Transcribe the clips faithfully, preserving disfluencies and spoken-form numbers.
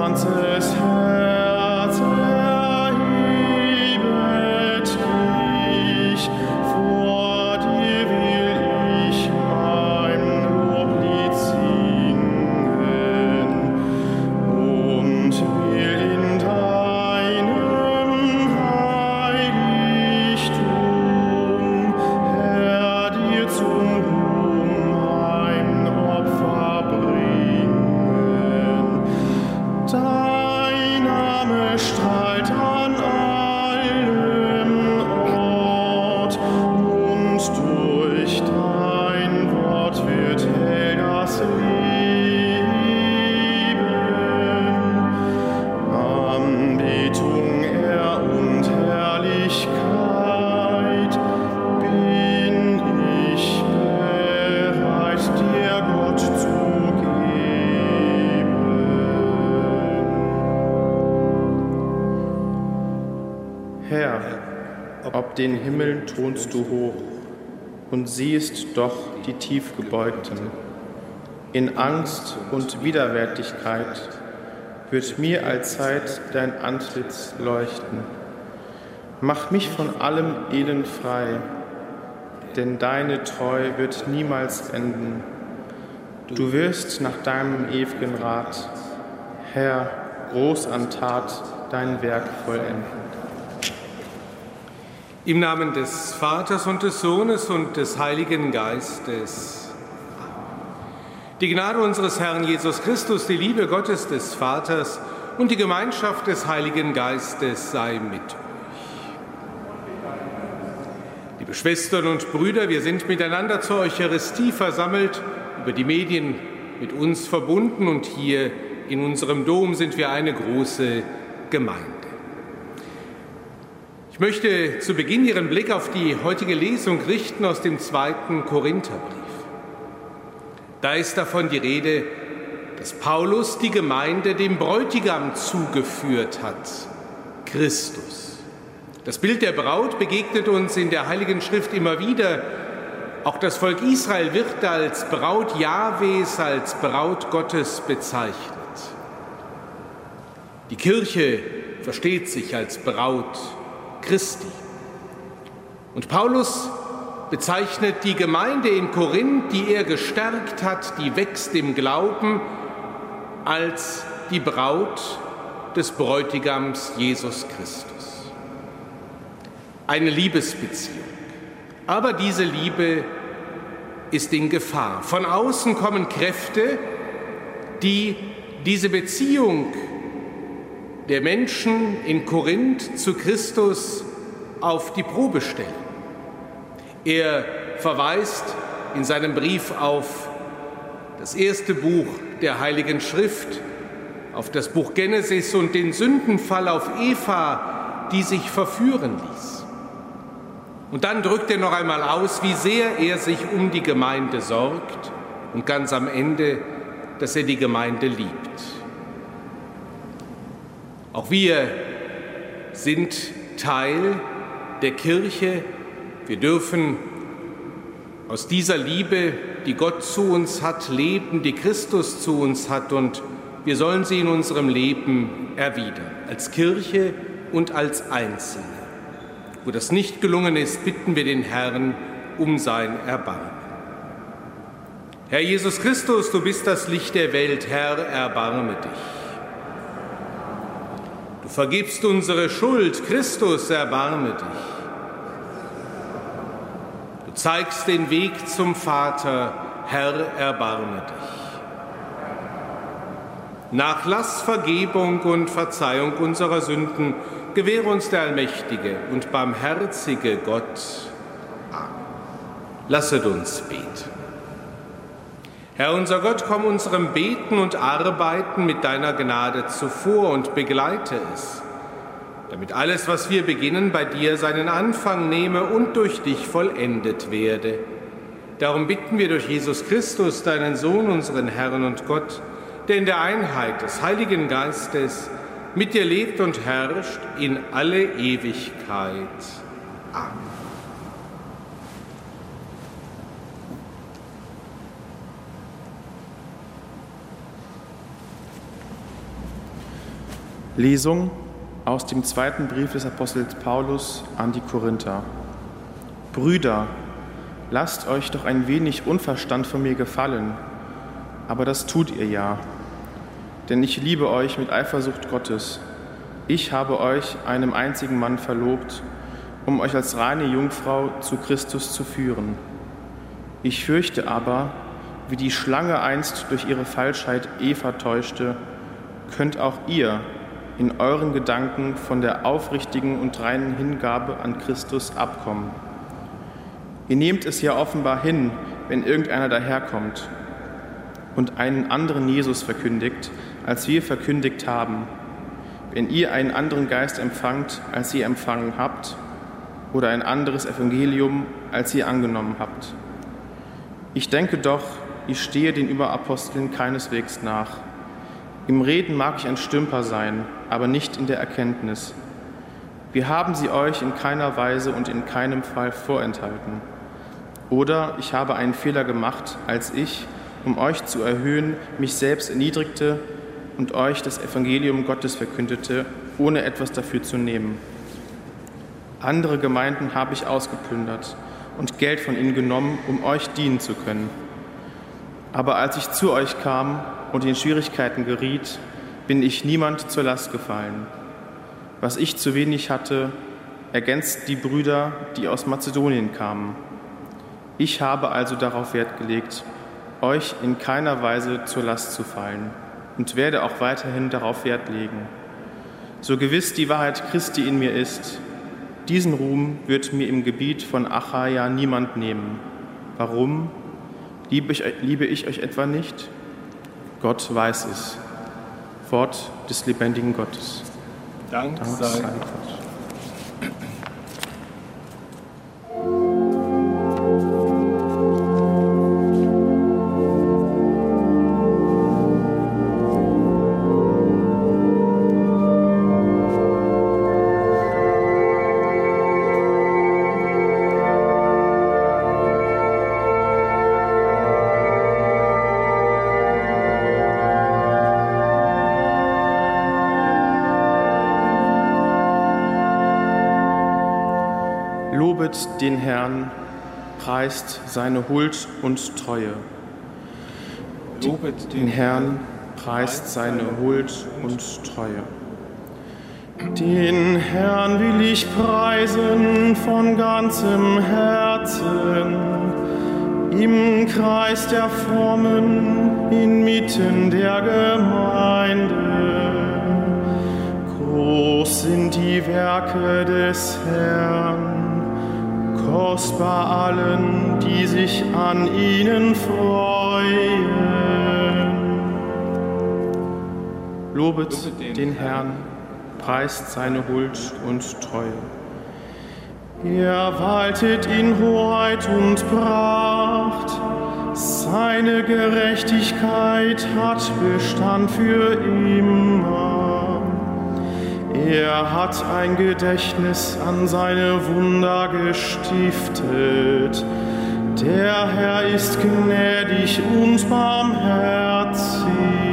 ganzes Herz erhebet dich, vor dir will ich mein Loblied singen und will in deinem Heiligtum, Herr, dir zum Ruhm ein Opfer bringen. Dein Name strahlt an allem Ort und durch dein Wort wird hell das Leben. Anbetung, Ehr und Herrlichkeit bin ich bereit, dir Gott zu geben. Herr, ob den Himmel thronst du hoch und siehst doch die Tiefgebeugten. In Angst und Widerwärtigkeit wird mir allzeit dein Antlitz leuchten. Mach mich von allem Elend frei, denn deine Treu wird niemals enden. Du wirst nach deinem ewigen Rat, Herr, groß an Tat dein Werk vollenden. Im Namen des Vaters und des Sohnes und des Heiligen Geistes. Die Gnade unseres Herrn Jesus Christus, die Liebe Gottes des Vaters und die Gemeinschaft des Heiligen Geistes sei mit euch. Liebe Schwestern und Brüder, wir sind miteinander zur Eucharistie versammelt, über die Medien mit uns verbunden und hier in unserem Dom sind wir eine große Gemeinde. Ich möchte zu Beginn Ihren Blick auf die heutige Lesung richten aus dem zweiten Korintherbrief. Da ist davon die Rede, dass Paulus die Gemeinde dem Bräutigam zugeführt hat, Christus. Das Bild der Braut begegnet uns in der Heiligen Schrift immer wieder. Auch das Volk Israel wird als Braut Jahwes, als Braut Gottes bezeichnet. Die Kirche versteht sich als Braut Christi. Und Paulus bezeichnet die Gemeinde in Korinth, die er gestärkt hat, die wächst im Glauben, als die Braut des Bräutigams Jesus Christus. Eine Liebesbeziehung. Aber diese Liebe ist in Gefahr. Von außen kommen Kräfte, die diese Beziehung der Menschen in Korinth zu Christus auf die Probe stellen. Er verweist in seinem Brief auf das erste Buch der Heiligen Schrift, auf das Buch Genesis und den Sündenfall auf Eva, die sich verführen ließ. Und dann drückt er noch einmal aus, wie sehr er sich um die Gemeinde sorgt und ganz am Ende, dass er die Gemeinde liebt. Auch wir sind Teil der Kirche. Wir dürfen aus dieser Liebe, die Gott zu uns hat, leben, die Christus zu uns hat, und wir sollen sie in unserem Leben erwidern, als Kirche und als Einzelne. Wo das nicht gelungen ist, bitten wir den Herrn um sein Erbarmen. Herr Jesus Christus, du bist das Licht der Welt, Herr, erbarme dich. Du vergibst unsere Schuld, Christus, erbarme dich. Du zeigst den Weg zum Vater, Herr, erbarme dich. Nachlass, Vergebung und Verzeihung unserer Sünden gewähre uns der allmächtige und barmherzige Gott. Amen. Lasset uns beten. Herr unser Gott, komm unserem Beten und Arbeiten mit deiner Gnade zuvor und begleite es, damit alles, was wir beginnen, bei dir seinen Anfang nehme und durch dich vollendet werde. Darum bitten wir durch Jesus Christus, deinen Sohn, unseren Herrn und Gott, der in der Einheit des Heiligen Geistes mit dir lebt und herrscht in alle Ewigkeit. Amen. Lesung aus dem zweiten Brief des Apostels Paulus an die Korinther. Brüder, lasst euch doch ein wenig Unverstand von mir gefallen, aber das tut ihr ja. Denn ich liebe euch mit Eifersucht Gottes. Ich habe euch einem einzigen Mann verlobt, um euch als reine Jungfrau zu Christus zu führen. Ich fürchte aber, wie die Schlange einst durch ihre Falschheit Eva täuschte, könnt auch ihr in euren Gedanken von der aufrichtigen und reinen Hingabe an Christus abkommen. Ihr nehmt es ja offenbar hin, wenn irgendeiner daherkommt und einen anderen Jesus verkündigt, als wir verkündigt haben, wenn ihr einen anderen Geist empfangt, als ihr empfangen habt, oder ein anderes Evangelium, als ihr angenommen habt. Ich denke doch, ich stehe den Überaposteln keineswegs nach. Im Reden mag ich ein Stümper sein, aber nicht in der Erkenntnis. Wir haben sie euch in keiner Weise und in keinem Fall vorenthalten. Oder ich habe einen Fehler gemacht, als ich, um euch zu erhöhen, mich selbst erniedrigte und euch das Evangelium Gottes verkündete, ohne etwas dafür zu nehmen. Andere Gemeinden habe ich ausgeplündert und Geld von ihnen genommen, um euch dienen zu können. Aber als ich zu euch kam und in Schwierigkeiten geriet, bin ich niemand zur Last gefallen. Was ich zu wenig hatte, ergänzt die Brüder, die aus Mazedonien kamen. Ich habe also darauf Wert gelegt, euch in keiner Weise zur Last zu fallen und werde auch weiterhin darauf Wert legen. So gewiss die Wahrheit Christi in mir ist, diesen Ruhm wird mir im Gebiet von Achaia niemand nehmen. Warum? Liebe ich, liebe ich euch etwa nicht? Gott weiß es. Wort des lebendigen Gottes. Dank, Dank sei sei Gott. Lobet den Herrn, preist seine Huld und Treue. Lobet Den Herrn, preist seine Huld und Treue. Den Herrn will ich preisen von ganzem Herzen, im Kreis der Frommen, inmitten der Gemeinde. Groß sind die Werke des Herrn, kostbar allen, die sich an ihnen freuen. Lobet den Herrn, preist seine Huld und Treue. Er waltet in Hoheit und Pracht, seine Gerechtigkeit hat Bestand für immer. Er hat ein Gedächtnis an seine Wunder gestiftet. Der Herr ist gnädig und barmherzig.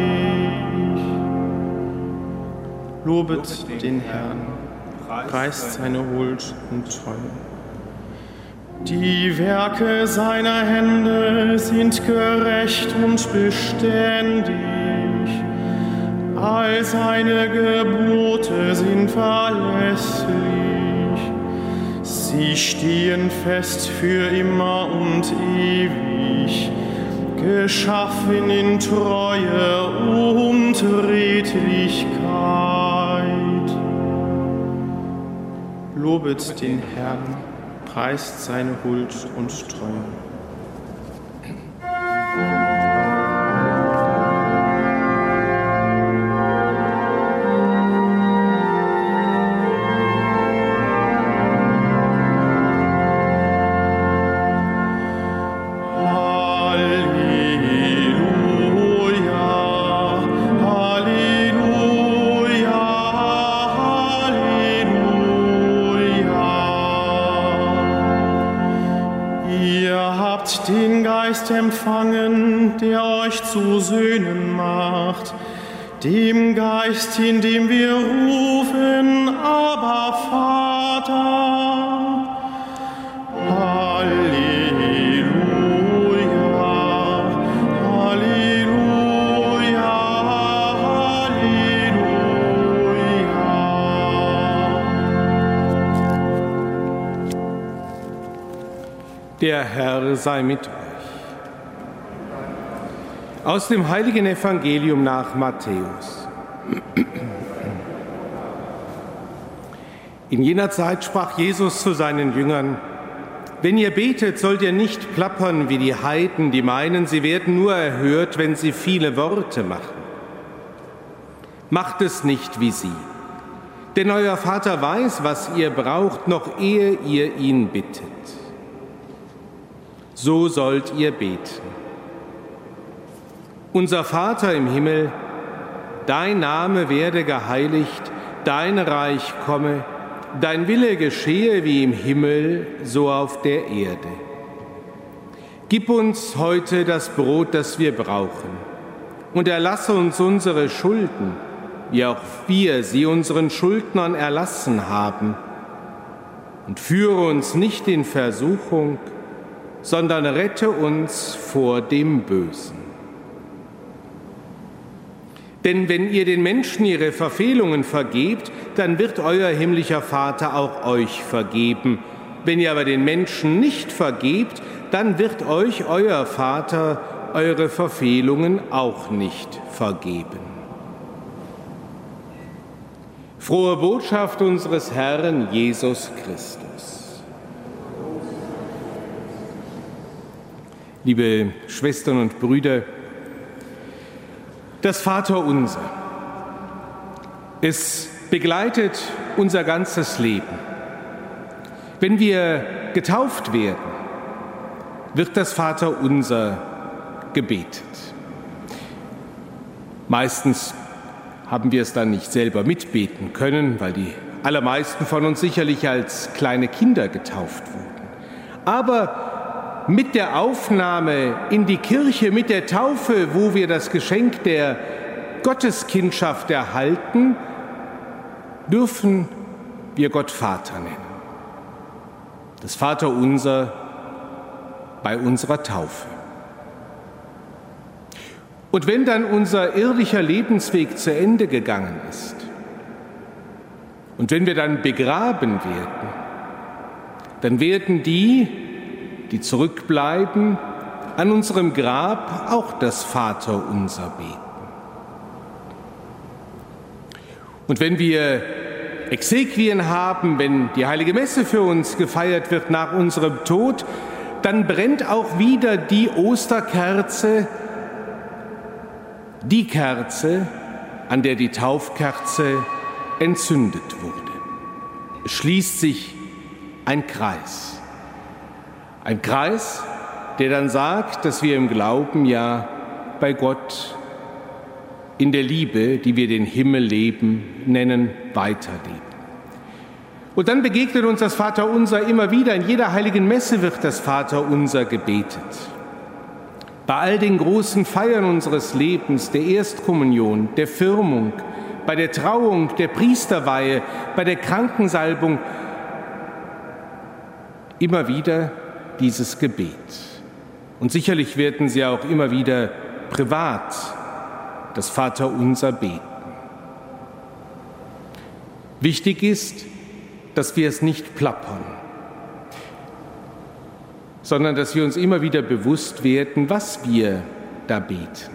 Lobet den Herrn, preist seine Huld und Treue. Die Werke seiner Hände sind gerecht und beständig. All seine Gebote sind verlässlich. Sie stehen fest für immer und ewig, geschaffen in Treue und Redlichkeit. Lobet den Herrn, preist seine Huld und Treue. Empfangen, der euch zu Söhnen macht. dem Geist, in dem wir rufen, aber Vater. Halleluja, Halleluja, Halleluja. Der Herr sei mit euch. Aus dem heiligen Evangelium nach Matthäus. In jener Zeit sprach Jesus zu seinen Jüngern: Wenn ihr betet, sollt ihr nicht plappern wie die Heiden, die meinen, sie werden nur erhört, wenn sie viele Worte machen. Macht es nicht wie sie, denn euer Vater weiß, was ihr braucht, noch ehe ihr ihn bittet. So sollt ihr beten. Unser Vater im Himmel, dein Name werde geheiligt, dein Reich komme, dein Wille geschehe wie im Himmel, so auf der Erde. Gib uns heute das Brot, das wir brauchen, und erlasse uns unsere Schulden, wie auch wir sie unseren Schuldnern erlassen haben. Und führe uns nicht in Versuchung, sondern rette uns vor dem Bösen. Denn wenn ihr den Menschen ihre Verfehlungen vergebt, dann wird euer himmlischer Vater auch euch vergeben. Wenn ihr aber den Menschen nicht vergebt, dann wird euch euer Vater eure Verfehlungen auch nicht vergeben. Frohe Botschaft unseres Herrn Jesus Christus. Liebe Schwestern und Brüder, das Vaterunser, es begleitet unser ganzes Leben. Wenn wir getauft werden, wird das Vaterunser gebetet. Meistens haben wir es dann nicht selber mitbeten können, weil die allermeisten von uns sicherlich als kleine Kinder getauft wurden. Aber mit der Aufnahme in die Kirche, mit der Taufe, wo wir das Geschenk der Gotteskindschaft erhalten, dürfen wir Gott Vater nennen. Das Vaterunser bei unserer Taufe. Und wenn dann unser irdischer Lebensweg zu Ende gegangen ist und wenn wir dann begraben werden, dann werden die, die zurückbleiben, an unserem Grab auch das Vaterunser beten. Und wenn wir Exequien haben, wenn die Heilige Messe für uns gefeiert wird nach unserem Tod, dann brennt auch wieder die Osterkerze, die Kerze, an der die Taufkerze entzündet wurde. Es schließt sich ein Kreis. Ein Kreis, der dann sagt, dass wir im Glauben ja bei Gott in der Liebe, die wir den Himmel leben nennen, weiterleben. Und dann begegnet uns das Vaterunser immer wieder. In jeder heiligen Messe wird das Vaterunser gebetet. Bei all den großen Feiern unseres Lebens, der Erstkommunion, der Firmung, bei der Trauung, der Priesterweihe, bei der Krankensalbung, immer wieder dieses Gebet. Und sicherlich werden Sie auch immer wieder privat das Vaterunser beten. Wichtig ist, dass wir es nicht plappern, sondern dass wir uns immer wieder bewusst werden, was wir da beten.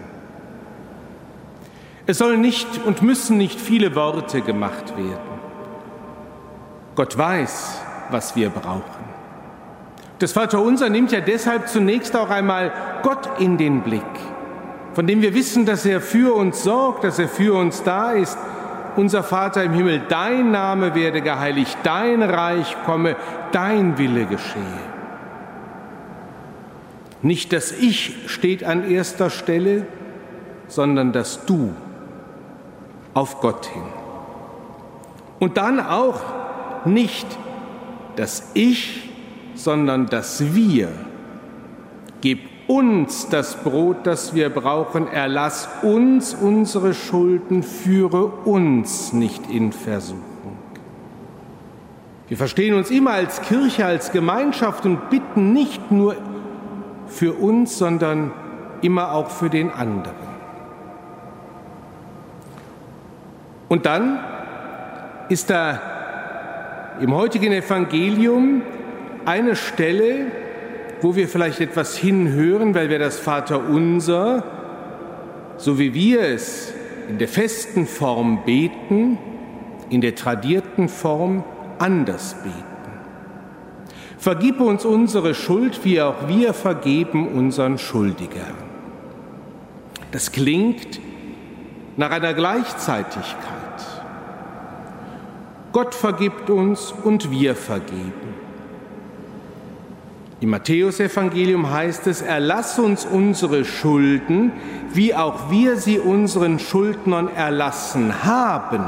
Es sollen nicht und müssen nicht viele Worte gemacht werden. Gott weiß, was wir brauchen. Das Vaterunser nimmt ja deshalb zunächst auch einmal Gott in den Blick, von dem wir wissen, dass er für uns sorgt, dass er für uns da ist. Unser Vater im Himmel, dein Name werde geheiligt, dein Reich komme, dein Wille geschehe. Nicht das Ich steht an erster Stelle, sondern das Du auf Gott hin. Und dann auch nicht das Ich, sondern das Wir. Gib uns das Brot, das wir brauchen. Erlass uns unsere Schulden, führe uns nicht in Versuchung. Wir verstehen uns immer als Kirche, als Gemeinschaft und bitten nicht nur für uns, sondern immer auch für den anderen. Und dann ist da im heutigen Evangelium eine Stelle, wo wir vielleicht etwas hinhören, weil wir das Vaterunser, so wie wir es in der festen Form beten, in der tradierten Form anders beten. Vergib uns unsere Schuld, wie auch wir vergeben unseren Schuldigern. Das klingt nach einer Gleichzeitigkeit. Gott vergibt uns und wir vergeben. Im Matthäusevangelium heißt es, erlass uns unsere Schulden, wie auch wir sie unseren Schuldnern erlassen haben.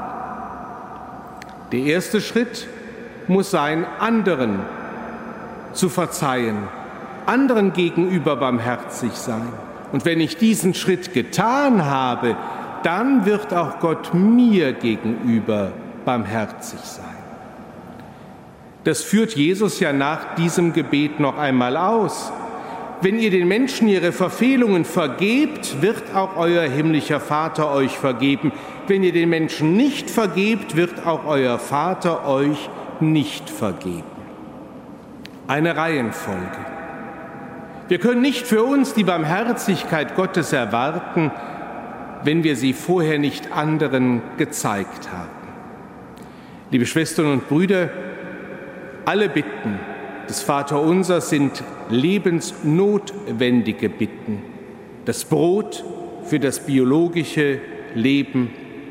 Der erste Schritt muss sein, anderen zu verzeihen, anderen gegenüber barmherzig sein. Und wenn ich diesen Schritt getan habe, dann wird auch Gott mir gegenüber barmherzig sein. Das führt Jesus ja nach diesem Gebet noch einmal aus. Wenn ihr den Menschen ihre Verfehlungen vergebt, wird auch euer himmlischer Vater euch vergeben. Wenn ihr den Menschen nicht vergebt, wird auch euer Vater euch nicht vergeben. Eine Reihenfolge. Wir können nicht für uns die Barmherzigkeit Gottes erwarten, wenn wir sie vorher nicht anderen gezeigt haben. Liebe Schwestern und Brüder, alle Bitten des Vaterunsers sind lebensnotwendige Bitten. Das Brot für das biologische Leben,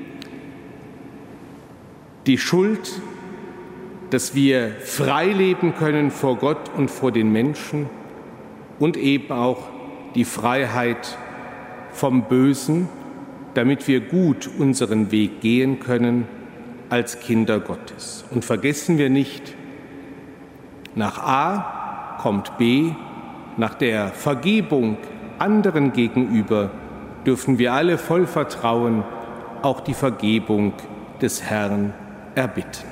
die Schuld, dass wir frei leben können vor Gott und vor den Menschen und eben auch die Freiheit vom Bösen, damit wir gut unseren Weg gehen können als Kinder Gottes. Und vergessen wir nicht, nach A kommt B, nach der Vergebung anderen gegenüber dürfen wir alle voll Vertrauen auch die Vergebung des Herrn erbitten.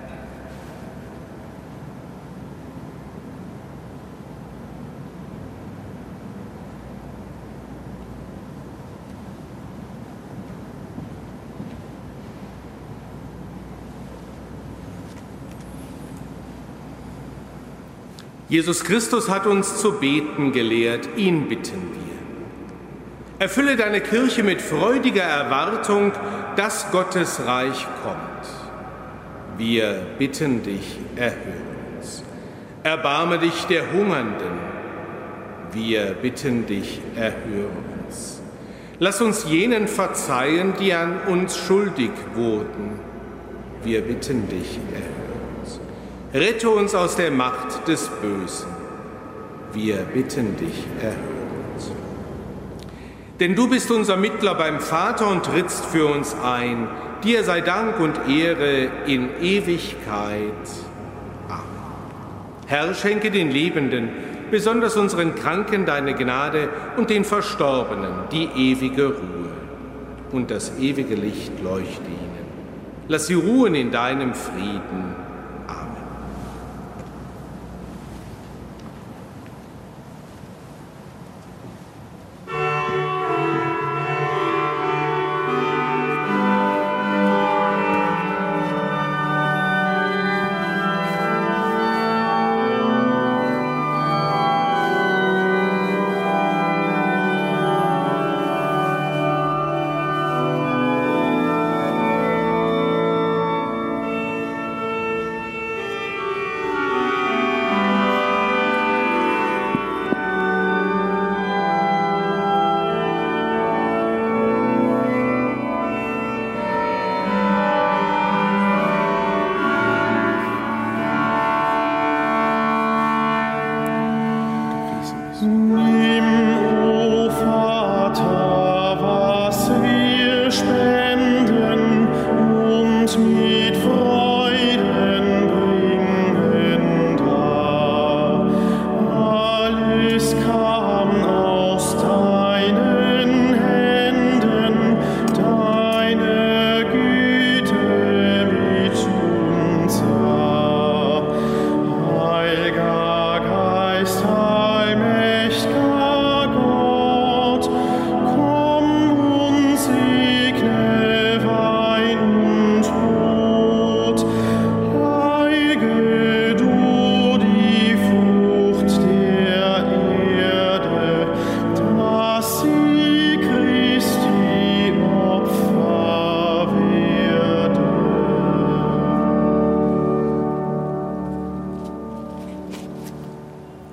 Jesus Christus hat uns zu beten gelehrt, ihn bitten wir. Erfülle deine Kirche mit freudiger Erwartung, dass Gottes Reich kommt. Wir bitten dich, erhöre uns. Erbarme dich der Hungernden. Wir bitten dich, erhöre uns. Lass uns jenen verzeihen, die an uns schuldig wurden. Wir bitten dich, erhöre uns. Rette uns aus der Macht des Bösen. Wir bitten dich, erhöre uns. Denn du bist unser Mittler beim Vater und trittst für uns ein. Dir sei Dank und Ehre in Ewigkeit. Amen. Herr, schenke den Lebenden, besonders unseren Kranken, deine Gnade und den Verstorbenen die ewige Ruhe. Und das ewige Licht leuchte ihnen. Lass sie ruhen in deinem Frieden.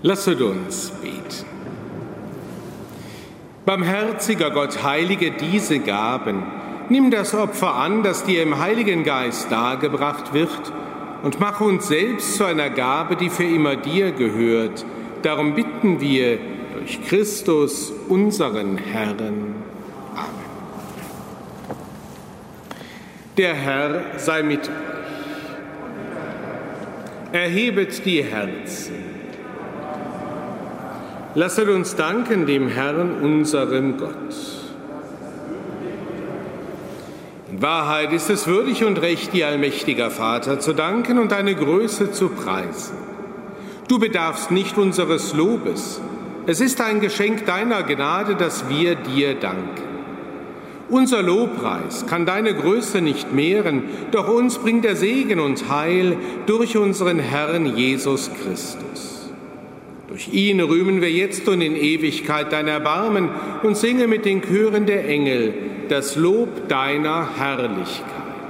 Lasset uns beten. Barmherziger Gott, heilige diese Gaben. Nimm das Opfer an, das dir im Heiligen Geist dargebracht wird, und mach uns selbst zu einer Gabe, die für immer dir gehört. Darum bitten wir durch Christus, unseren Herrn. Amen. Der Herr sei mit euch. Erhebet die Herzen. Lasset uns danken dem Herrn, unserem Gott. In Wahrheit ist es würdig und recht, dir, allmächtiger Vater, zu danken und deine Größe zu preisen. Du bedarfst nicht unseres Lobes. Es ist ein Geschenk deiner Gnade, dass wir dir danken. Unser Lobpreis kann deine Größe nicht mehren, doch uns bringt der Segen und Heil durch unseren Herrn Jesus Christus. Durch ihn rühmen wir jetzt und in Ewigkeit dein Erbarmen und singen mit den Chören der Engel das Lob deiner Herrlichkeit.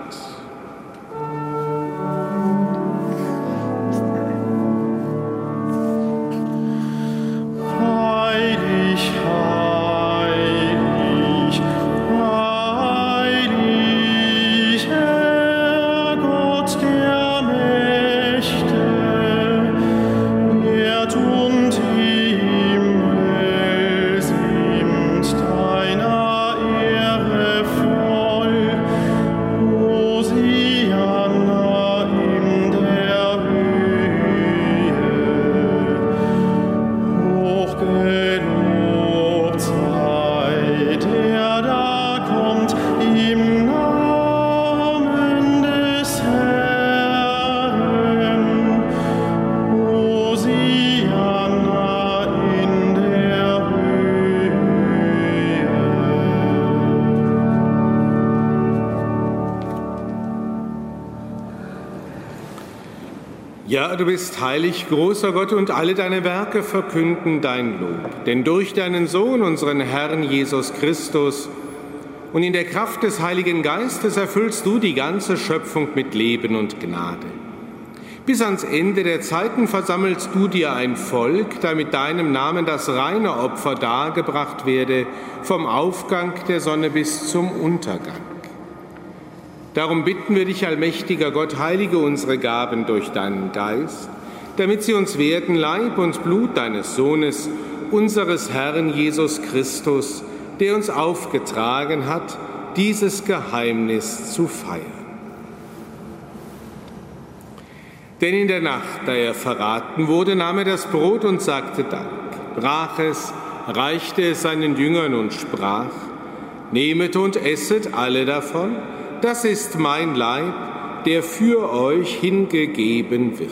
Ja, du bist heilig, großer Gott, und alle deine Werke verkünden dein Lob. Denn durch deinen Sohn, unseren Herrn Jesus Christus, und in der Kraft des Heiligen Geistes erfüllst du die ganze Schöpfung mit Leben und Gnade. Bis ans Ende der Zeiten versammelst du dir ein Volk, da mit deinem Namen das reine Opfer dargebracht werde, vom Aufgang der Sonne bis zum Untergang. Darum bitten wir dich, allmächtiger Gott, heilige unsere Gaben durch deinen Geist, damit sie uns werden, Leib und Blut deines Sohnes, unseres Herrn Jesus Christus, der uns aufgetragen hat, dieses Geheimnis zu feiern. Denn in der Nacht, da er verraten wurde, nahm er das Brot und sagte Dank, brach es, reichte es seinen Jüngern und sprach: Nehmet und esset alle davon, das ist mein Leib, der für euch hingegeben wird.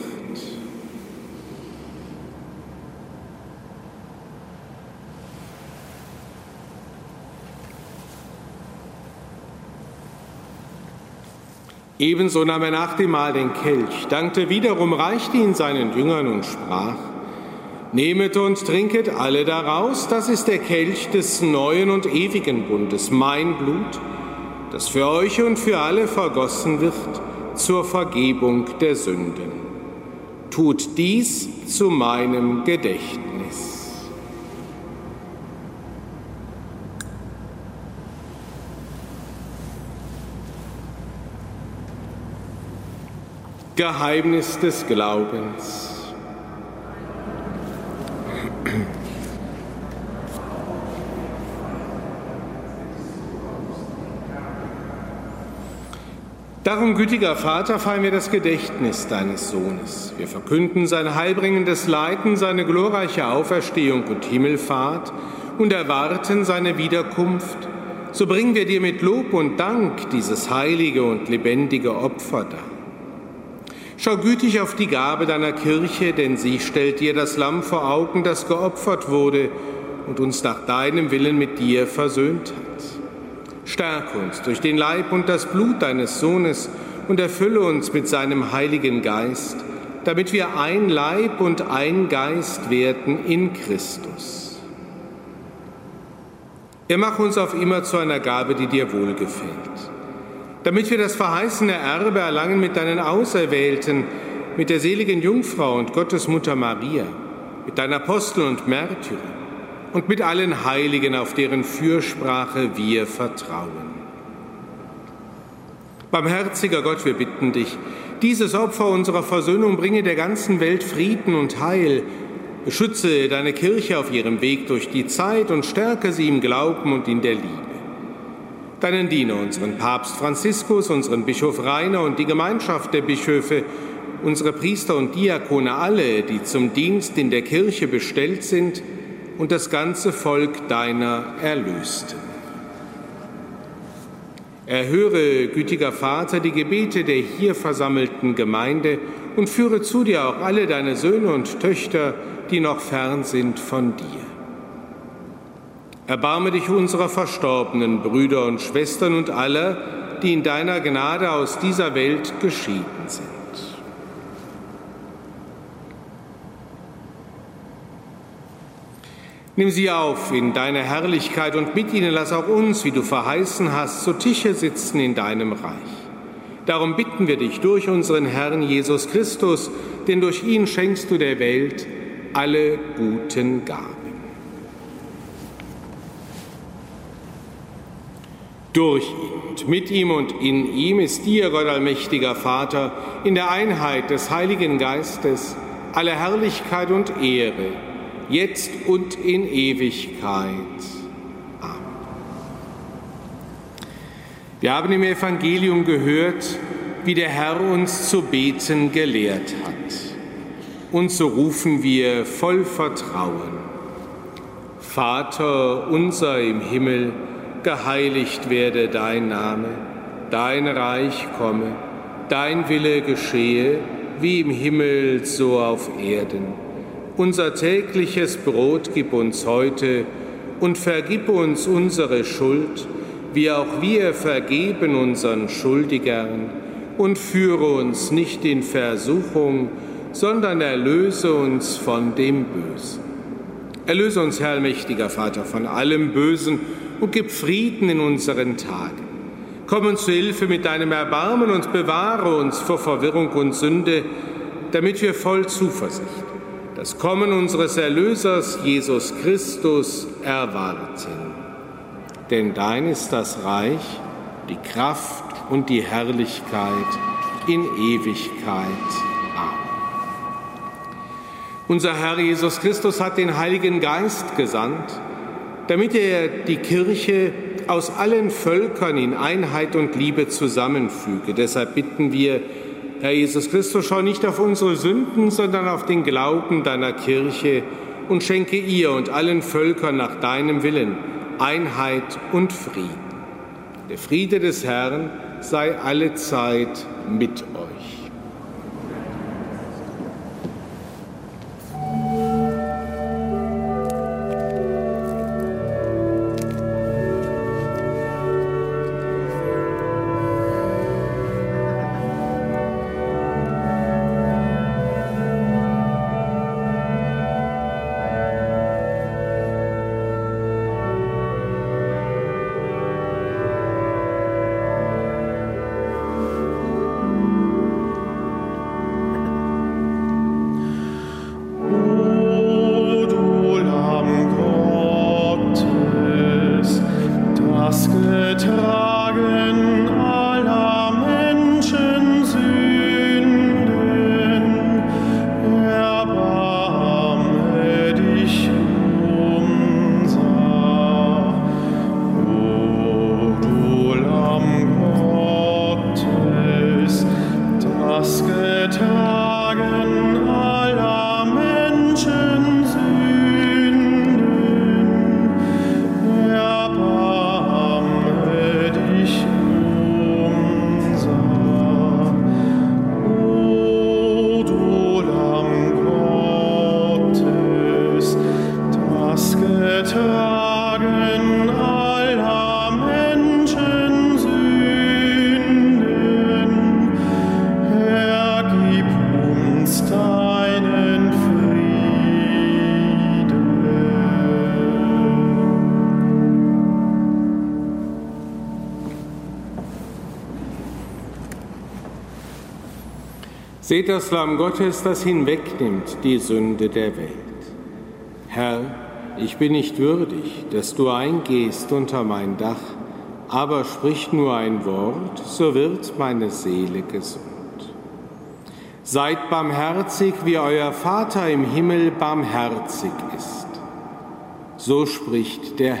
Ebenso nahm er nach dem Mahl den Kelch, dankte wiederum, reichte ihn seinen Jüngern und sprach: Nehmet und trinket alle daraus, das ist der Kelch des neuen und ewigen Bundes, mein Blut, das für euch und für alle vergossen wird zur Vergebung der Sünden. Tut dies zu meinem Gedächtnis. Geheimnis des Glaubens. Darum, gütiger Vater, feiern wir das Gedächtnis deines Sohnes. Wir verkünden sein heilbringendes Leiden, seine glorreiche Auferstehung und Himmelfahrt und erwarten seine Wiederkunft. So bringen wir dir mit Lob und Dank dieses heilige und lebendige Opfer dar. Schau gütig auf die Gabe deiner Kirche, denn sie stellt dir das Lamm vor Augen, das geopfert wurde und uns nach deinem Willen mit dir versöhnt hat. Stärke uns durch den Leib und das Blut deines Sohnes und erfülle uns mit seinem Heiligen Geist, damit wir ein Leib und ein Geist werden in Christus. Er mache uns auf immer zu einer Gabe, die dir wohlgefällt, damit wir das verheißene Erbe erlangen mit deinen Auserwählten, mit der seligen Jungfrau und Gottesmutter Maria, mit deinen Aposteln und Märtyrern und mit allen Heiligen, auf deren Fürsprache wir vertrauen. Barmherziger Gott, wir bitten dich, dieses Opfer unserer Versöhnung bringe der ganzen Welt Frieden und Heil. Beschütze deine Kirche auf ihrem Weg durch die Zeit und stärke sie im Glauben und in der Liebe. Deinen Diener, unseren Papst Franziskus, unseren Bischof Rainer und die Gemeinschaft der Bischöfe, unsere Priester und Diakone, alle, die zum Dienst in der Kirche bestellt sind, und das ganze Volk deiner Erlösten. Erhöre, gütiger Vater, die Gebete der hier versammelten Gemeinde und führe zu dir auch alle deine Söhne und Töchter, die noch fern sind von dir. Erbarme dich unserer verstorbenen Brüder und Schwestern und aller, die in deiner Gnade aus dieser Welt geschieden sind. Nimm sie auf in deine Herrlichkeit und mit ihnen lass auch uns, wie du verheißen hast, zu Tische sitzen in deinem Reich. Darum bitten wir dich durch unseren Herrn Jesus Christus, denn durch ihn schenkst du der Welt alle guten Gaben. Durch ihn und mit ihm und in ihm ist dir, Gott allmächtiger Vater, in der Einheit des Heiligen Geistes alle Herrlichkeit und Ehre, jetzt und in Ewigkeit. Amen. Wir haben im Evangelium gehört, wie der Herr uns zu beten gelehrt hat. Und so rufen wir voll Vertrauen: Vater unser im Himmel, geheiligt werde dein Name, dein Reich komme, dein Wille geschehe, wie im Himmel so auf Erden. Unser tägliches Brot gib uns heute und vergib uns unsere Schuld, wie auch wir vergeben unseren Schuldigern. Und führe uns nicht in Versuchung, sondern erlöse uns von dem Bösen. Erlöse uns, Herr allmächtiger Vater, von allem Bösen und gib Frieden in unseren Tagen. Komm uns zu Hilfe mit deinem Erbarmen und bewahre uns vor Verwirrung und Sünde, damit wir voll Zuversicht das Kommen unseres Erlösers, Jesus Christus, erwarten. Denn dein ist das Reich, die Kraft und die Herrlichkeit in Ewigkeit. Amen. Unser Herr Jesus Christus hat den Heiligen Geist gesandt, damit er die Kirche aus allen Völkern in Einheit und Liebe zusammenfüge. Deshalb bitten wir, Herr Jesus Christus, schau nicht auf unsere Sünden, sondern auf den Glauben deiner Kirche und schenke ihr und allen Völkern nach deinem Willen Einheit und Frieden. Der Friede des Herrn sei allezeit mit euch. Seht das Lamm Gottes, das hinwegnimmt die Sünde der Welt. Herr, ich bin nicht würdig, dass du eingehst unter mein Dach, aber sprich nur ein Wort, so wird meine Seele gesund. Seid barmherzig, wie euer Vater im Himmel barmherzig ist. So spricht der Herr.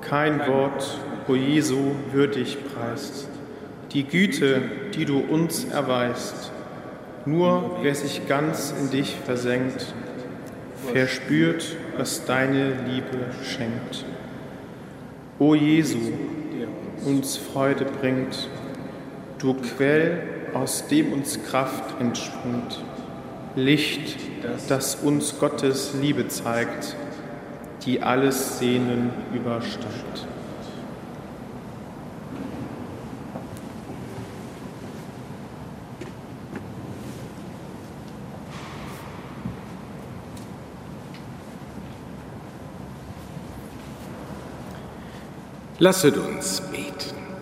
kein Wort, o Jesu, würdig preist, die Güte, die du uns erweist. Nur wer sich ganz in dich versenkt, verspürt, was deine Liebe schenkt. O Jesu, uns Freude bringt, du Quell, aus dem uns Kraft entspringt, Licht, das uns Gottes Liebe zeigt, die alles Sehnen übersteigt. Lasset uns beten.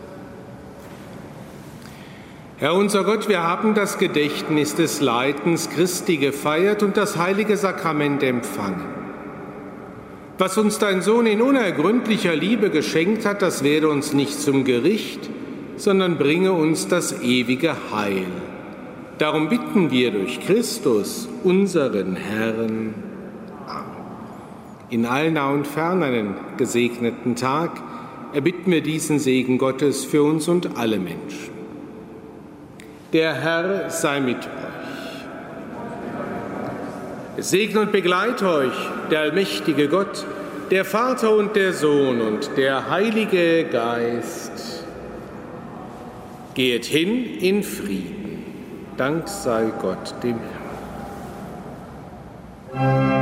Herr unser Gott, wir haben das Gedächtnis des Leidens Christi gefeiert und das heilige Sakrament empfangen. Was uns dein Sohn in unergründlicher Liebe geschenkt hat, das werde uns nicht zum Gericht, sondern bringe uns das ewige Heil. Darum bitten wir durch Christus, unseren Herrn. Amen. In allnah und fern einen gesegneten Tag erbitten wir diesen Segen Gottes für uns und alle Menschen. Der Herr sei mit euch. Es segne und begleite euch der allmächtige Gott, der Vater und der Sohn und der Heilige Geist. Geht hin in Frieden. Dank sei Gott dem Herrn.